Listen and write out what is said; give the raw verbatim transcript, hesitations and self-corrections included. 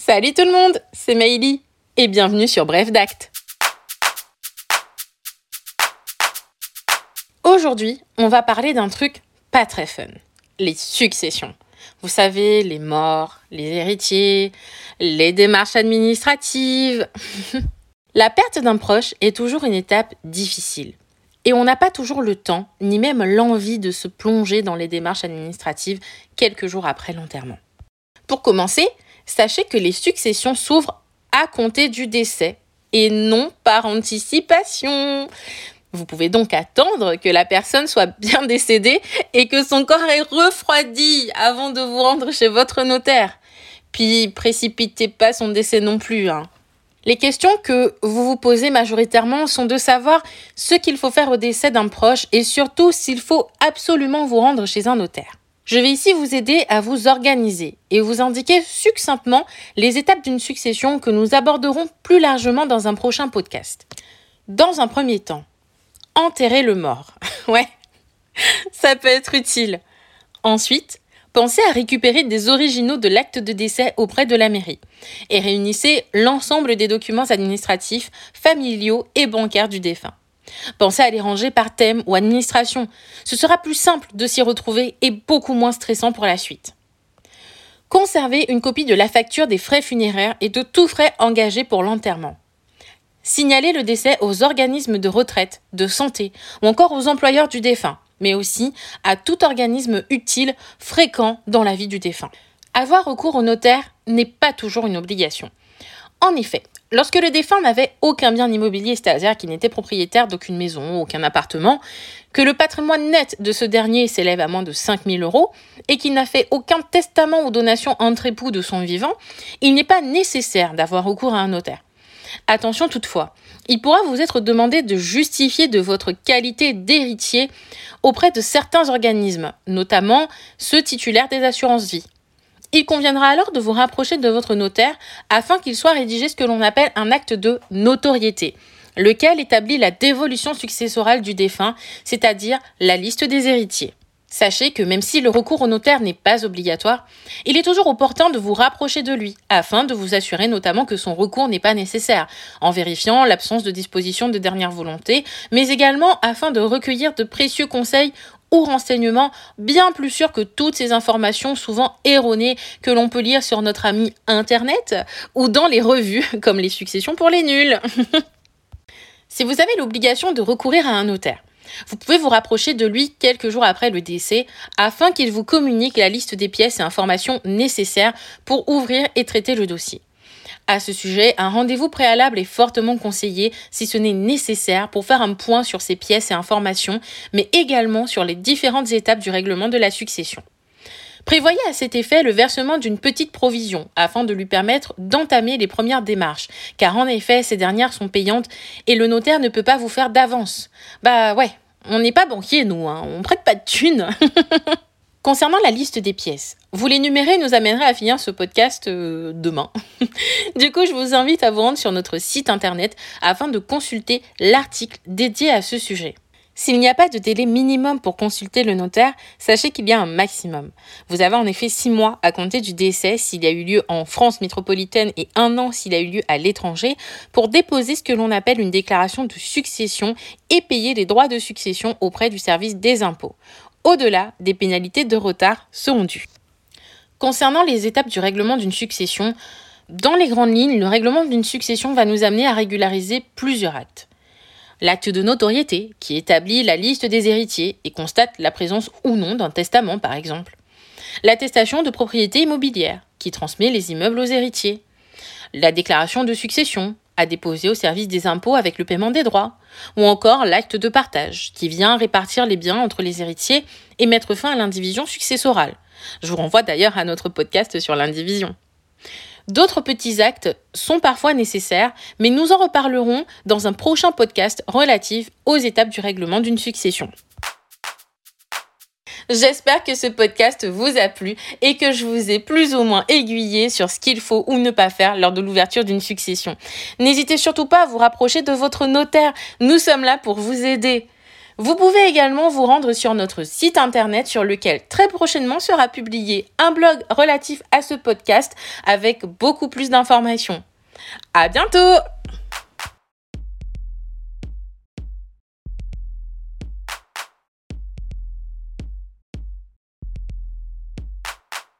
Salut tout le monde, c'est Maëlie et bienvenue sur Bref d'Acte. Aujourd'hui, on va parler d'un truc pas très fun, les successions. Vous savez, les morts, les héritiers, les démarches administratives. La perte d'un proche est toujours une étape difficile. Et on n'a pas toujours le temps, ni même l'envie de se plonger dans les démarches administratives quelques jours après l'enterrement. Pour commencer, sachez que les successions s'ouvrent à compter du décès et non par anticipation. Vous pouvez donc attendre que la personne soit bien décédée et que son corps ait refroidi avant de vous rendre chez votre notaire. Puis précipitez pas son décès non plus, hein. Les questions que vous vous posez majoritairement sont de savoir ce qu'il faut faire au décès d'un proche et surtout s'il faut absolument vous rendre chez un notaire. Je vais ici vous aider à vous organiser et vous indiquer succinctement les étapes d'une succession que nous aborderons plus largement dans un prochain podcast. Dans un premier temps, enterrer le mort. Ouais, ça peut être utile. Ensuite, pensez à récupérer des originaux de l'acte de décès auprès de la mairie et réunissez l'ensemble des documents administratifs, familiaux et bancaires du défunt. Pensez à les ranger par thème ou administration. Ce sera plus simple de s'y retrouver et beaucoup moins stressant pour la suite. Conservez une copie de la facture des frais funéraires et de tous frais engagés pour l'enterrement. Signalez le décès aux organismes de retraite, de santé ou encore aux employeurs du défunt, mais aussi à tout organisme utile fréquent dans la vie du défunt. Avoir recours au notaire n'est pas toujours une obligation. En effet, lorsque le défunt n'avait aucun bien immobilier, c'est-à-dire qu'il n'était propriétaire d'aucune maison, aucun appartement, que le patrimoine net de ce dernier s'élève à moins de cinq mille euros et qu'il n'a fait aucun testament ou donation entre époux de son vivant, il n'est pas nécessaire d'avoir recours à un notaire. Attention toutefois, il pourra vous être demandé de justifier de votre qualité d'héritier auprès de certains organismes, notamment ceux titulaires des assurances vie. Il conviendra alors de vous rapprocher de votre notaire afin qu'il soit rédigé ce que l'on appelle un acte de notoriété, lequel établit la dévolution successorale du défunt, c'est-à-dire la liste des héritiers. Sachez que même si le recours au notaire n'est pas obligatoire, il est toujours opportun de vous rapprocher de lui, afin de vous assurer notamment que son recours n'est pas nécessaire, en vérifiant l'absence de disposition de dernière volonté, mais également afin de recueillir de précieux conseils ou renseignements bien plus sûrs que toutes ces informations souvent erronées que l'on peut lire sur notre ami Internet ou dans les revues, comme les successions pour les nuls. Si vous avez l'obligation de recourir à un notaire, vous pouvez vous rapprocher de lui quelques jours après le décès afin qu'il vous communique la liste des pièces et informations nécessaires pour ouvrir et traiter le dossier. À ce sujet, un rendez-vous préalable est fortement conseillé si ce n'est nécessaire pour faire un point sur ces pièces et informations, mais également sur les différentes étapes du règlement de la succession. Prévoyez à cet effet le versement d'une petite provision afin de lui permettre d'entamer les premières démarches, car en effet, ces dernières sont payantes et le notaire ne peut pas vous faire d'avance. Bah ouais, on n'est pas banquier nous, hein, on prête pas de thunes. Concernant la liste des pièces, vous l'énumérer nous amènerait à finir ce podcast euh, demain. Du coup, je vous invite à vous rendre sur notre site internet afin de consulter l'article dédié à ce sujet. S'il n'y a pas de délai minimum pour consulter le notaire, sachez qu'il y a un maximum. Vous avez en effet six mois à compter du décès s'il y a eu lieu en France métropolitaine et un an s'il a eu lieu à l'étranger pour déposer ce que l'on appelle une déclaration de succession et payer les droits de succession auprès du service des impôts. Au-delà, des pénalités de retard seront dues. Concernant les étapes du règlement d'une succession, dans les grandes lignes, le règlement d'une succession va nous amener à régulariser plusieurs actes. L'acte de notoriété, qui établit la liste des héritiers et constate la présence ou non d'un testament, par exemple. L'attestation de propriété immobilière, qui transmet les immeubles aux héritiers. La déclaration de succession, à déposer au service des impôts avec le paiement des droits. Ou encore l'acte de partage, qui vient répartir les biens entre les héritiers et mettre fin à l'indivision successorale. Je vous renvoie d'ailleurs à notre podcast sur l'indivision. D'autres petits actes sont parfois nécessaires, mais nous en reparlerons dans un prochain podcast relatif aux étapes du règlement d'une succession. J'espère que ce podcast vous a plu et que je vous ai plus ou moins aiguillé sur ce qu'il faut ou ne pas faire lors de l'ouverture d'une succession. N'hésitez surtout pas à vous rapprocher de votre notaire, nous sommes là pour vous aider. Vous pouvez également vous rendre sur notre site internet sur lequel très prochainement sera publié un blog relatif à ce podcast avec beaucoup plus d'informations. À bientôt!